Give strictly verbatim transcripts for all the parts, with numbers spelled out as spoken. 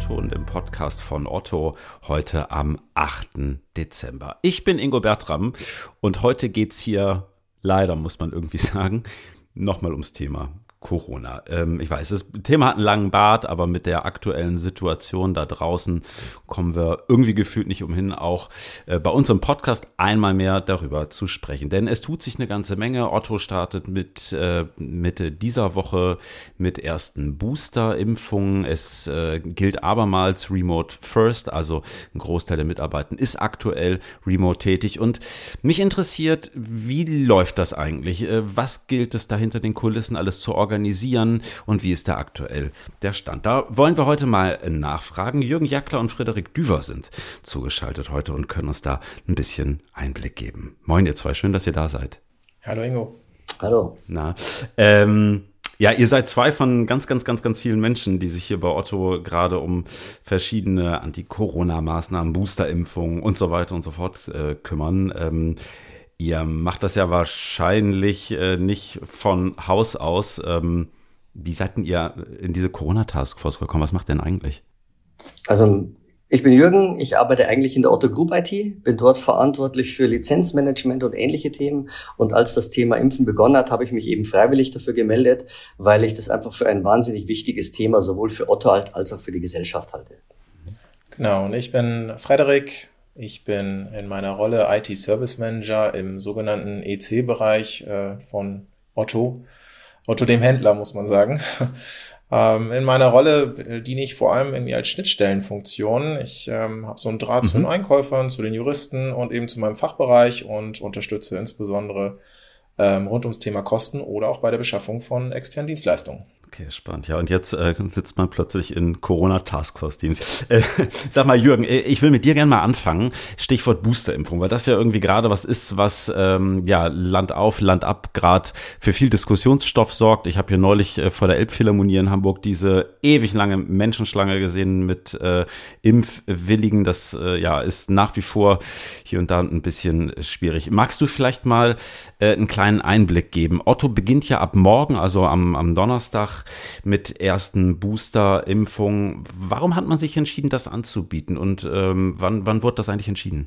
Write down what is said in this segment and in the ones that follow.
Otto und im Podcast von Otto heute am achten Dezember. Ich bin Ingo Bertram und heute geht's hier, leider muss man irgendwie sagen, nochmal ums Thema Corona. Ähm, ich weiß, das Thema hat einen langen Bart, aber mit der aktuellen Situation da draußen kommen wir irgendwie gefühlt nicht umhin, auch äh, bei uns im Podcast einmal mehr darüber zu sprechen. Denn es tut sich eine ganze Menge. Otto startet mit äh, Mitte dieser Woche mit ersten Booster-Impfungen. Es äh, gilt abermals Remote First, also ein Großteil der Mitarbeiter ist aktuell remote tätig. Und mich interessiert, wie läuft das eigentlich? Äh, was gilt es da hinter den Kulissen alles zu organisieren? organisieren und wie ist da aktuell der Stand? Da wollen wir heute mal nachfragen. Jürgen Jackler und Frederik Düver sind zugeschaltet heute und können uns da ein bisschen Einblick geben. Moin ihr zwei, schön, dass ihr da seid. Hallo Ingo. Hallo. Na, ähm, ja, ihr seid zwei von ganz, ganz, ganz, ganz vielen Menschen, die sich hier bei Otto gerade um verschiedene Anti-Corona-Maßnahmen, Boosterimpfungen und so weiter und so fort äh, kümmern. Ähm, Ihr macht das ja wahrscheinlich äh, nicht von Haus aus. Ähm, wie seid denn ihr in diese Corona-Taskforce gekommen? Was macht denn eigentlich? Also ich bin Jürgen, ich arbeite eigentlich in der Otto Group I T, bin dort verantwortlich für Lizenzmanagement und ähnliche Themen. Und als das Thema Impfen begonnen hat, habe ich mich eben freiwillig dafür gemeldet, weil ich das einfach für ein wahnsinnig wichtiges Thema sowohl für Otto als auch für die Gesellschaft halte. Genau, und ich bin Frederik. Ich bin in meiner Rolle I T Service Manager im sogenannten E C-Bereich äh, von Otto. Otto dem Händler, muss man sagen. ähm, in meiner Rolle diene ich vor allem irgendwie als Schnittstellenfunktion. Ich ähm, habe so einen Draht mhm. zu den Einkäufern, zu den Juristen und eben zu meinem Fachbereich und unterstütze insbesondere ähm, rund ums Thema Kosten oder auch bei der Beschaffung von externen Dienstleistungen. Okay, spannend. Ja, und jetzt äh, sitzt man plötzlich in Corona-Taskforce-Teams. Äh, sag mal, Jürgen, ich will mit dir gerne mal anfangen. Stichwort Boosterimpfung, weil das ja irgendwie gerade was ist, was ähm, ja Land auf, Land ab gerade für viel Diskussionsstoff sorgt. Ich habe hier neulich äh, vor der Elbphilharmonie in Hamburg diese ewig lange Menschenschlange gesehen mit äh, Impfwilligen. Das äh, ja ist nach wie vor hier und da ein bisschen schwierig. Magst du vielleicht mal äh, einen kleinen Einblick geben? Otto beginnt ja ab morgen, also am, am Donnerstag, mit ersten Booster-Impfungen. Warum hat man sich entschieden, das anzubieten und ähm, wann, wann wurde das eigentlich entschieden?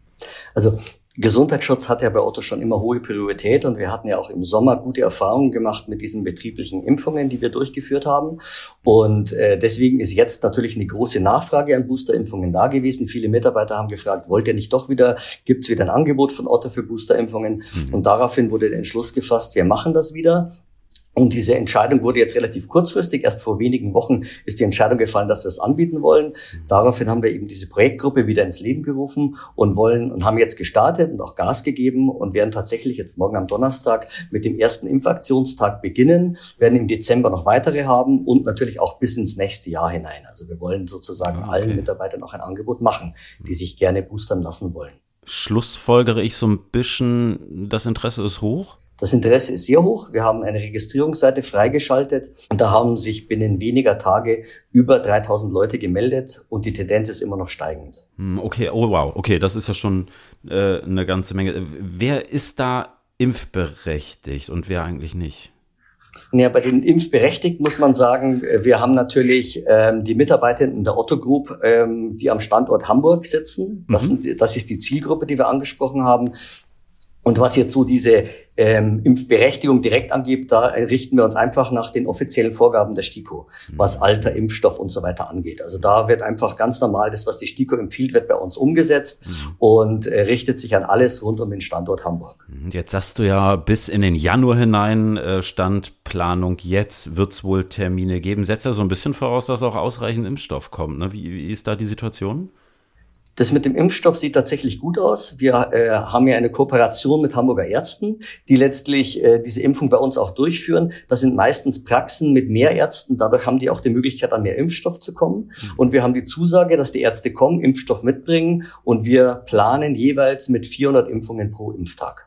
Also Gesundheitsschutz hat ja bei Otto schon immer hohe Priorität und wir hatten ja auch im Sommer gute Erfahrungen gemacht mit diesen betrieblichen Impfungen, die wir durchgeführt haben. Und äh, deswegen ist jetzt natürlich eine große Nachfrage an Boosterimpfungen da gewesen. Viele Mitarbeiter haben gefragt, wollt ihr nicht doch wieder, gibt es wieder ein Angebot von Otto für Boosterimpfungen? Mhm. Und daraufhin wurde der Entschluss gefasst, wir machen das wieder. Und diese Entscheidung wurde jetzt relativ kurzfristig. Erst vor wenigen Wochen ist die Entscheidung gefallen, dass wir es anbieten wollen. Daraufhin haben wir eben diese Projektgruppe wieder ins Leben gerufen und wollen und haben jetzt gestartet und auch Gas gegeben und werden tatsächlich jetzt morgen am Donnerstag mit dem ersten Impfaktionstag beginnen, werden im Dezember noch weitere haben und natürlich auch bis ins nächste Jahr hinein. Also wir wollen sozusagen okay. allen Mitarbeitern auch ein Angebot machen, die sich gerne boostern lassen wollen. Schlussfolgere ich so ein bisschen, das Interesse ist hoch? Das Interesse ist sehr hoch. Wir haben eine Registrierungsseite freigeschaltet und da haben sich binnen weniger Tage über dreitausend Leute gemeldet und die Tendenz ist immer noch steigend. Okay, oh wow, okay, das ist ja schon äh, eine ganze Menge. Wer ist da impfberechtigt und wer eigentlich nicht? Ja, bei den Impfberechtigten muss man sagen, wir haben natürlich ähm, die Mitarbeitenden der Otto Group, ähm, die am Standort Hamburg sitzen. Das, mhm. sind, das ist die Zielgruppe, die wir angesprochen haben. Und was jetzt so diese ähm, Impfberechtigung direkt angeht, da richten wir uns einfach nach den offiziellen Vorgaben der STIKO, was Alter, Impfstoff und so weiter angeht. Also da wird einfach ganz normal das, was die STIKO empfiehlt, wird bei uns umgesetzt mhm. und äh, richtet sich an alles rund um den Standort Hamburg. Jetzt sagst du ja, bis in den Januar hinein äh, stand Planung, jetzt wird es wohl Termine geben. Setzt ja so ein bisschen voraus, dass auch ausreichend Impfstoff kommt, ne? Wie, wie ist da die Situation? Das mit dem Impfstoff sieht tatsächlich gut aus. Wir äh, haben ja eine Kooperation mit Hamburger Ärzten, die letztlich äh, diese Impfung bei uns auch durchführen. Das sind meistens Praxen mit mehr Ärzten. Dadurch haben die auch die Möglichkeit, an mehr Impfstoff zu kommen. Und wir haben die Zusage, dass die Ärzte kommen, Impfstoff mitbringen. Und wir planen jeweils mit vierhundert Impfungen pro Impftag.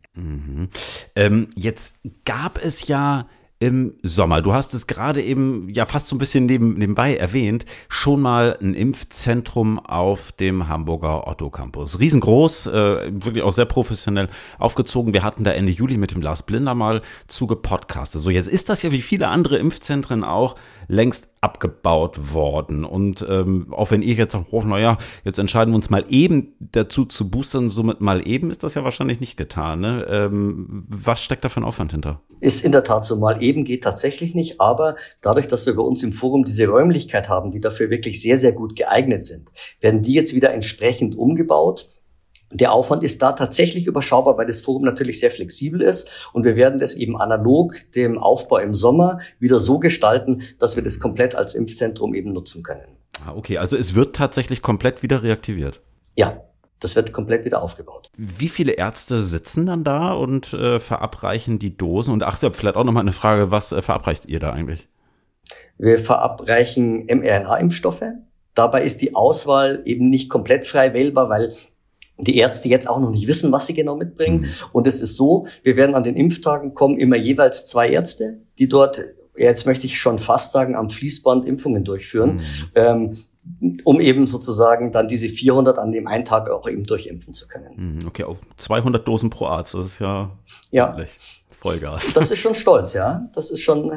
Mhm. Ähm, jetzt gab es ja im Sommer, du hast es gerade eben ja fast so ein bisschen neben, nebenbei erwähnt, schon mal ein Impfzentrum auf dem Hamburger Otto Campus. Riesengroß, äh, wirklich auch sehr professionell aufgezogen. Wir hatten da Ende Juli mit dem Lars Blinder mal zu gepodcastet. So, jetzt ist das ja wie viele andere Impfzentren auch längst abgebaut worden. Und ähm, auch wenn ihr jetzt sagt, oh, naja, jetzt entscheiden wir uns mal eben dazu zu boostern, somit mal eben, ist das ja wahrscheinlich nicht getan. Ne? Ähm, was steckt da für ein Aufwand hinter? Ist in der Tat so, mal eben geht tatsächlich nicht, aber dadurch, dass wir bei uns im Forum diese Räumlichkeit haben, die dafür wirklich sehr, sehr gut geeignet sind, werden die jetzt wieder entsprechend umgebaut. Der Aufwand ist da tatsächlich überschaubar, weil das Forum natürlich sehr flexibel ist und wir werden das eben analog dem Aufbau im Sommer wieder so gestalten, dass wir das komplett als Impfzentrum eben nutzen können. Ah, okay, also es wird tatsächlich komplett wieder reaktiviert? Ja, das wird komplett wieder aufgebaut. Wie viele Ärzte sitzen dann da und äh, verabreichen die Dosen? Und ach, vielleicht auch nochmal eine Frage, was äh, verabreicht ihr da eigentlich? Wir verabreichen mRNA-Impfstoffe. Dabei ist die Auswahl eben nicht komplett frei wählbar, weil die Ärzte jetzt auch noch nicht wissen, was sie genau mitbringen. Mhm. Und es ist so, wir werden an den Impftagen kommen immer jeweils zwei Ärzte, die dort, jetzt möchte ich schon fast sagen, am Fließband Impfungen durchführen, mhm. ähm, um eben sozusagen dann diese vierhundert an dem einen Tag auch eben durchimpfen zu können. Okay, auch zweihundert Dosen pro Arzt, das ist ja, ja. ordentlich. Vollgas. Das ist schon stolz, ja. Das ist schon.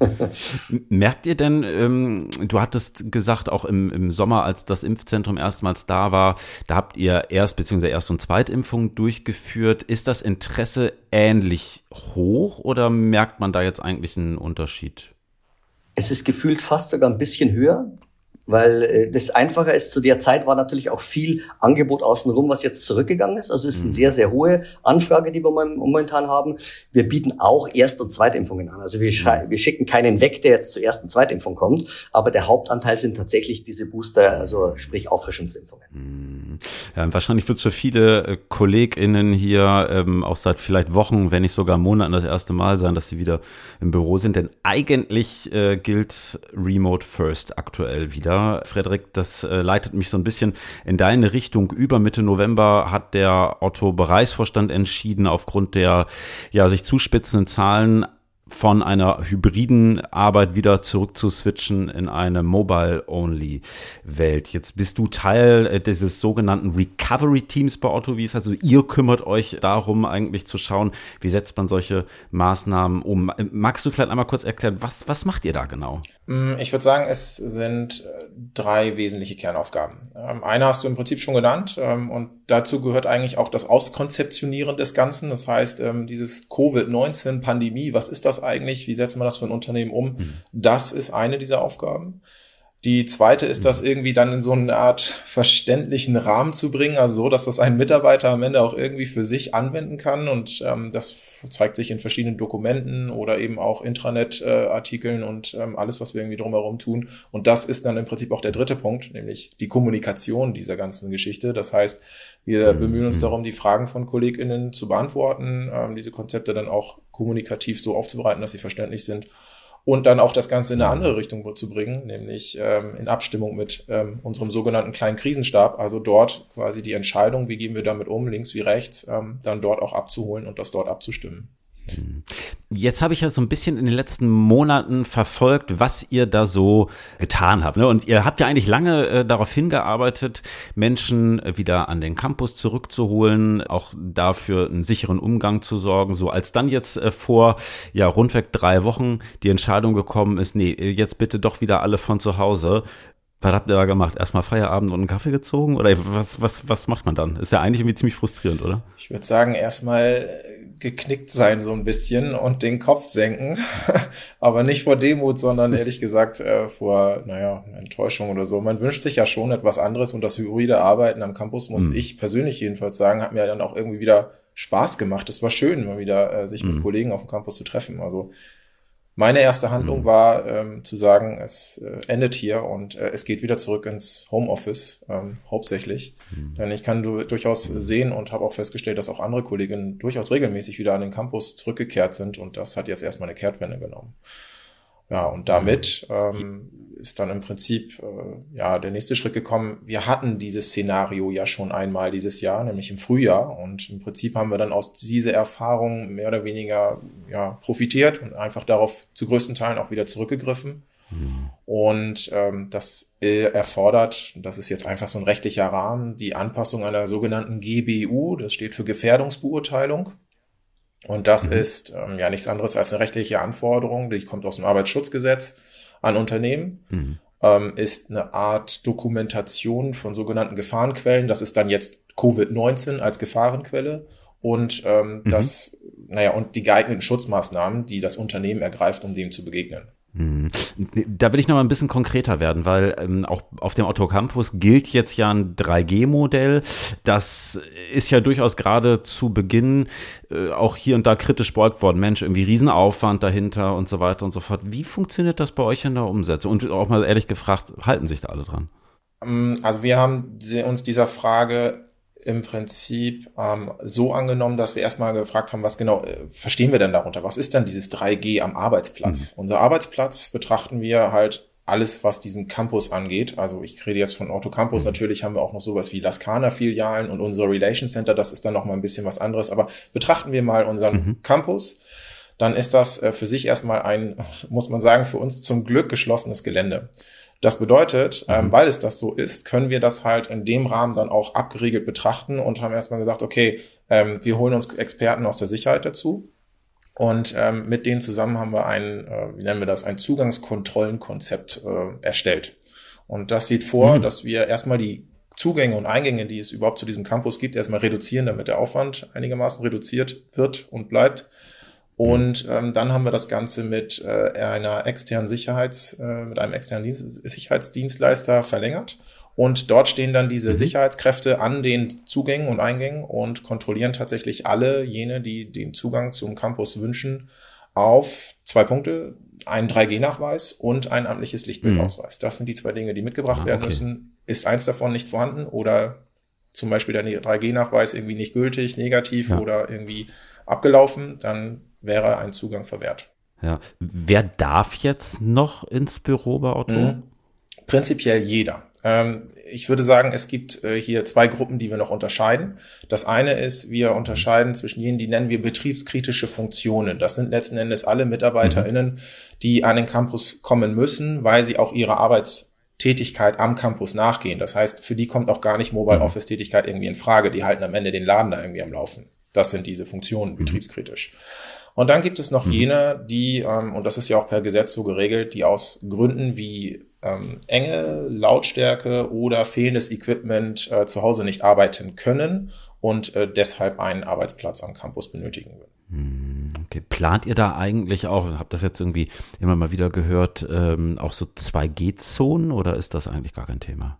Merkt ihr denn, ähm, du hattest gesagt, auch im, im Sommer, als das Impfzentrum erstmals da war, da habt ihr Erst- bzw. Erst- und Zweitimpfungen durchgeführt. Ist das Interesse ähnlich hoch oder merkt man da jetzt eigentlich einen Unterschied? Es ist gefühlt fast sogar ein bisschen höher. Weil äh, das Einfache ist, zu der Zeit war natürlich auch viel Angebot außenrum, was jetzt zurückgegangen ist. Also es ist eine sehr, sehr hohe Anfrage, die wir momentan haben. Wir bieten auch Erst- und Zweitimpfungen an. Also wir, sch- wir schicken keinen weg, der jetzt zur Erst- und Zweitimpfung kommt. Aber der Hauptanteil sind tatsächlich diese Booster, also sprich Auffrischungsimpfungen. Ja, wahrscheinlich wird es für viele äh, KollegInnen hier ähm, auch seit vielleicht Wochen, wenn nicht sogar Monaten das erste Mal sein, dass sie wieder im Büro sind. Denn eigentlich äh, gilt Remote First aktuell wieder. Frederik, das äh, leitet mich so ein bisschen in deine Richtung über. Mitte November hat der Otto-Bereichsvorstand entschieden, aufgrund der ja sich zuspitzenden Zahlen von einer hybriden Arbeit wieder zurück zu switchen in eine Mobile-Only-Welt. Jetzt bist du Teil dieses sogenannten Recovery-Teams bei Otto, wie es also ihr kümmert euch darum, eigentlich zu schauen, wie setzt man solche Maßnahmen um. Magst du vielleicht einmal kurz erklären, was, was macht ihr da genau? Ich würde sagen, es sind drei wesentliche Kernaufgaben. Eine hast du im Prinzip schon genannt und dazu gehört eigentlich auch das Auskonzeptionieren des Ganzen. Das heißt, dieses Covid neunzehn Pandemie, was ist das eigentlich? Wie setzt man das für ein Unternehmen um? Mhm. Das ist eine dieser Aufgaben. Die zweite ist, das irgendwie dann in so eine Art verständlichen Rahmen zu bringen, also so, dass das ein Mitarbeiter am Ende auch irgendwie für sich anwenden kann. Und ähm, das zeigt sich in verschiedenen Dokumenten oder eben auch Intranet-Artikeln äh, und ähm, alles, was wir irgendwie drumherum tun. Und das ist dann im Prinzip auch der dritte Punkt, nämlich die Kommunikation dieser ganzen Geschichte. Das heißt, wir bemühen uns darum, die Fragen von KollegInnen zu beantworten, ähm, diese Konzepte dann auch kommunikativ so aufzubereiten, dass sie verständlich sind. Und dann auch das Ganze in eine andere Richtung zu bringen, nämlich ähm, in Abstimmung mit ähm, unserem sogenannten kleinen Krisenstab, also dort quasi die Entscheidung, wie gehen wir damit um, links wie rechts, ähm, dann dort auch abzuholen und das dort abzustimmen. Jetzt habe ich ja so ein bisschen in den letzten Monaten verfolgt, was ihr da so getan habt. Und ihr habt ja eigentlich lange äh, darauf hingearbeitet, Menschen wieder an den Campus zurückzuholen, auch dafür einen sicheren Umgang zu sorgen. So als dann jetzt äh, vor ja rundweg drei Wochen die Entscheidung gekommen ist, nee, jetzt bitte doch wieder alle von zu Hause. Was habt ihr da gemacht? Erstmal Feierabend und einen Kaffee gezogen? Oder was, was, was macht man dann? Ist ja eigentlich irgendwie ziemlich frustrierend, oder? Ich würde sagen, erstmal geknickt sein so ein bisschen und den Kopf senken. Aber nicht vor Demut, sondern ehrlich gesagt äh, vor, naja, Enttäuschung oder so. Man wünscht sich ja schon etwas anderes und das hybride Arbeiten am Campus, muss mhm. ich persönlich jedenfalls sagen, hat mir dann auch irgendwie wieder Spaß gemacht. Es war schön, mal wieder äh, sich mhm. mit Kollegen auf dem Campus zu treffen. Also meine erste Handlung mhm. war, ähm, zu sagen, es äh, endet hier und äh, es geht wieder zurück ins Homeoffice, ähm, hauptsächlich. Mhm. Denn ich kann du, durchaus sehen und habe auch festgestellt, dass auch andere Kolleginnen durchaus regelmäßig wieder an den Campus zurückgekehrt sind und das hat jetzt erstmal eine Kehrtwende genommen. Ja, und damit ähm, ist dann im Prinzip äh, ja der nächste Schritt gekommen. Wir hatten dieses Szenario ja schon einmal dieses Jahr, nämlich im Frühjahr. Und im Prinzip haben wir dann aus dieser Erfahrung mehr oder weniger ja profitiert und einfach darauf zu größten Teilen auch wieder zurückgegriffen. Mhm. Und ähm, das äh, erfordert, das ist jetzt einfach so ein rechtlicher Rahmen, die Anpassung einer sogenannten G B U, das steht für Gefährdungsbeurteilung. Und das mhm. ist ähm, ja nichts anderes als eine rechtliche Anforderung, die kommt aus dem Arbeitsschutzgesetz. an Unternehmen. Mhm. Ähm, ist eine Art Dokumentation von sogenannten Gefahrenquellen. Das ist dann jetzt Covid neunzehn als Gefahrenquelle. Und ähm, mhm. das, naja, und die geeigneten Schutzmaßnahmen, die das Unternehmen ergreift, um dem zu begegnen. Da will ich noch mal ein bisschen konkreter werden, weil ähm, auch auf dem Otto Campus gilt jetzt ja ein drei G Modell. Das ist ja durchaus gerade zu Beginn äh, auch hier und da kritisch beäugt worden. Mensch, irgendwie Riesenaufwand dahinter und so weiter und so fort. Wie funktioniert das bei euch in der Umsetzung? Und auch mal ehrlich gefragt, halten sich da alle dran? Also wir haben uns dieser Frage im Prinzip ähm, so angenommen, dass wir erstmal gefragt haben, was genau äh, verstehen wir denn darunter? Was ist denn dieses drei G am Arbeitsplatz? Mhm. Unser Arbeitsplatz betrachten wir halt alles, was diesen Campus angeht. Also ich rede jetzt von Otto Campus. Mhm. Natürlich haben wir auch noch sowas wie Laskana-Filialen und unser Relation Center. Das ist dann noch mal ein bisschen was anderes. Aber betrachten wir mal unseren mhm. Campus. Dann ist das äh, für sich erstmal ein, muss man sagen, für uns zum Glück geschlossenes Gelände. Das bedeutet, mhm. ähm, weil es das so ist, können wir das halt in dem Rahmen dann auch abgeriegelt betrachten und haben erstmal gesagt, okay, ähm, wir holen uns Experten aus der Sicherheit dazu und ähm, mit denen zusammen haben wir ein, äh, wie nennen wir das, ein Zugangskontrollenkonzept äh, erstellt. Und das sieht vor, mhm. dass wir erstmal die Zugänge und Eingänge, die es überhaupt zu diesem Campus gibt, erstmal reduzieren, damit der Aufwand einigermaßen reduziert wird und bleibt. Und ähm, dann haben wir das Ganze mit äh, einer externen Sicherheits, äh, mit einem externen Dienst, Sicherheitsdienstleister verlängert. Und dort stehen dann diese mhm. Sicherheitskräfte an den Zugängen und Eingängen und kontrollieren tatsächlich alle jene, die den Zugang zum Campus wünschen, auf zwei Punkte, einen drei G Nachweis und ein amtliches Lichtbildausweis. Mhm. Das sind die zwei Dinge, die mitgebracht ah, werden okay. müssen. Ist eins davon nicht vorhanden oder zum Beispiel der drei G Nachweis irgendwie nicht gültig, negativ ja. oder irgendwie abgelaufen, dann wäre ein Zugang verwehrt. Ja. Wer darf jetzt noch ins Büro bei Otto? Mhm. Prinzipiell jeder. Ähm, ich würde sagen, es gibt äh, hier zwei Gruppen, die wir noch unterscheiden. Das eine ist, wir unterscheiden zwischen jenen, die nennen wir betriebskritische Funktionen. Das sind letzten Endes alle MitarbeiterInnen, die an den Campus kommen müssen, weil sie auch ihre Arbeitstätigkeit am Campus nachgehen. Das heißt, für die kommt auch gar nicht Mobile Office Tätigkeit irgendwie in Frage. Die halten am Ende den Laden da irgendwie am Laufen. Das sind diese Funktionen, betriebskritisch. Und dann gibt es noch mhm. jene, die, ähm, und das ist ja auch per Gesetz so geregelt, die aus Gründen wie ähm, Enge, Lautstärke oder fehlendes Equipment äh, zu Hause nicht arbeiten können und äh, deshalb einen Arbeitsplatz am Campus benötigen würden. Okay. Plant ihr da eigentlich auch, ich habe das jetzt irgendwie immer mal wieder gehört, ähm, auch so zwei G Zonen oder ist das eigentlich gar kein Thema?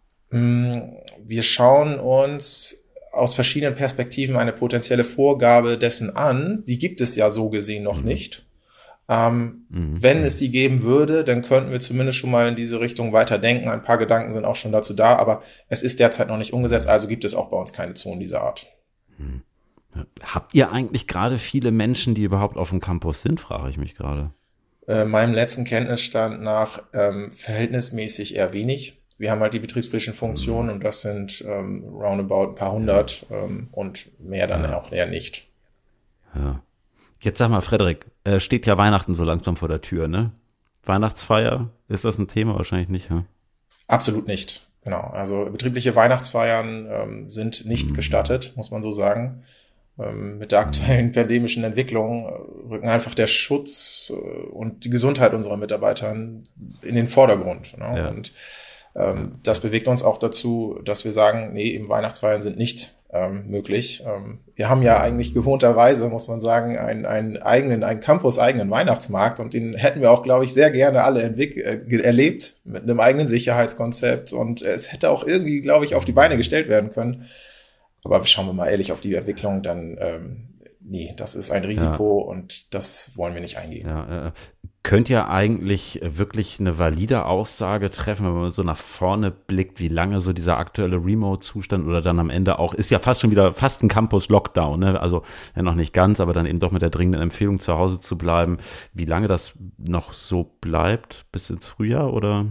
Wir schauen uns aus verschiedenen Perspektiven eine potenzielle Vorgabe dessen an. Die gibt es ja so gesehen noch mhm. nicht. Ähm, mhm. Wenn es sie geben würde, dann könnten wir zumindest schon mal in diese Richtung weiter denken. Ein paar Gedanken sind auch schon dazu da, aber es ist derzeit noch nicht umgesetzt, also gibt es auch bei uns keine Zonen dieser Art. Mhm. Habt ihr eigentlich gerade viele Menschen, die überhaupt auf dem Campus sind, frage ich mich gerade. Äh, meinem letzten Kenntnisstand nach ähm, verhältnismäßig eher wenig. Wir haben halt die betriebskritischen Funktionen und das sind ähm, roundabout ein paar hundert ähm, und mehr dann ja. auch eher nicht. Ja. Jetzt sag mal, Frederik, äh, steht ja Weihnachten so langsam vor der Tür, ne? Weihnachtsfeier, ist das ein Thema? Wahrscheinlich nicht, ja? Absolut nicht, genau. Also betriebliche Weihnachtsfeiern ähm, sind nicht mhm. gestattet, muss man so sagen. Ähm, mit der aktuellen pandemischen Entwicklung äh, rücken einfach der Schutz äh, und die Gesundheit unserer Mitarbeiter in den Vordergrund. Ne? Ja. Und Ähm, das bewegt uns auch dazu, dass wir sagen, nee, eben Weihnachtsfeiern sind nicht ähm, möglich. Ähm, wir haben ja eigentlich gewohnterweise, muss man sagen, einen, einen eigenen, einen Campus-eigenen Weihnachtsmarkt und den hätten wir auch, glaube ich, sehr gerne alle entwick- äh, erlebt mit einem eigenen Sicherheitskonzept und es hätte auch irgendwie, glaube ich, auf die Beine gestellt werden können. Aber schauen wir mal ehrlich auf die Entwicklung, dann ähm, nee, das ist ein Risiko ja. und das wollen wir nicht eingehen. Ja, äh, könnt ihr eigentlich wirklich eine valide Aussage treffen, wenn man so nach vorne blickt, wie lange so dieser aktuelle Remote-Zustand oder dann am Ende auch, ist ja fast schon wieder fast ein Campus-Lockdown, ne? Also ja noch nicht ganz, aber dann eben doch mit der dringenden Empfehlung zu Hause zu bleiben. Wie lange das noch so bleibt, bis ins Frühjahr oder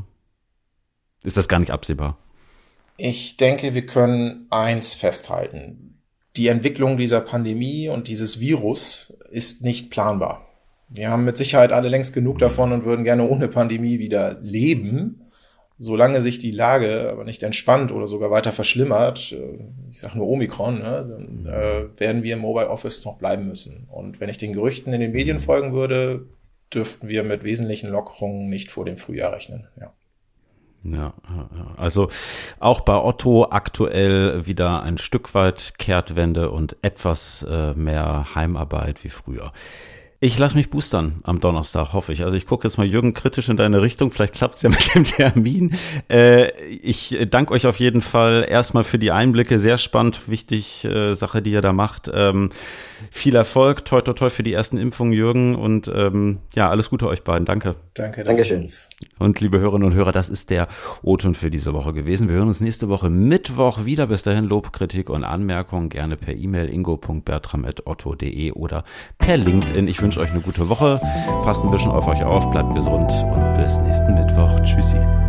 ist das gar nicht absehbar? Ich denke, wir können eins festhalten. Die Entwicklung dieser Pandemie und dieses Virus ist nicht planbar. Wir haben mit Sicherheit alle längst genug davon und würden gerne ohne Pandemie wieder leben. Solange sich die Lage aber nicht entspannt oder sogar weiter verschlimmert, ich sage nur Omikron, ne, dann äh, werden wir im Mobile Office noch bleiben müssen. Und wenn ich den Gerüchten in den Medien folgen würde, dürften wir mit wesentlichen Lockerungen nicht vor dem Frühjahr rechnen. Ja. Ja, also auch bei Otto aktuell wieder ein Stück weit Kehrtwende und etwas äh, mehr Heimarbeit wie früher. Ich lasse mich boostern am Donnerstag, hoffe ich. Also ich gucke jetzt mal, Jürgen, kritisch in deine Richtung. Vielleicht klappt es ja mit dem Termin. Äh, ich danke euch auf jeden Fall erstmal für die Einblicke. Sehr spannend, wichtig äh, Sache, die ihr da macht. Ähm, viel Erfolg, toi toi toi für die ersten Impfungen, Jürgen. Und ähm, ja, alles Gute euch beiden. Danke. Danke. Dankeschön. Und liebe Hörerinnen und Hörer, das ist der O-Ton für diese Woche gewesen. Wir hören uns nächste Woche Mittwoch wieder. Bis dahin Lob, Kritik und Anmerkungen gerne per E-Mail ingo punkt bertram at otto punkt de oder per LinkedIn. Ich wünsche euch eine gute Woche. Passt ein bisschen auf euch auf, bleibt gesund und bis nächsten Mittwoch. Tschüssi.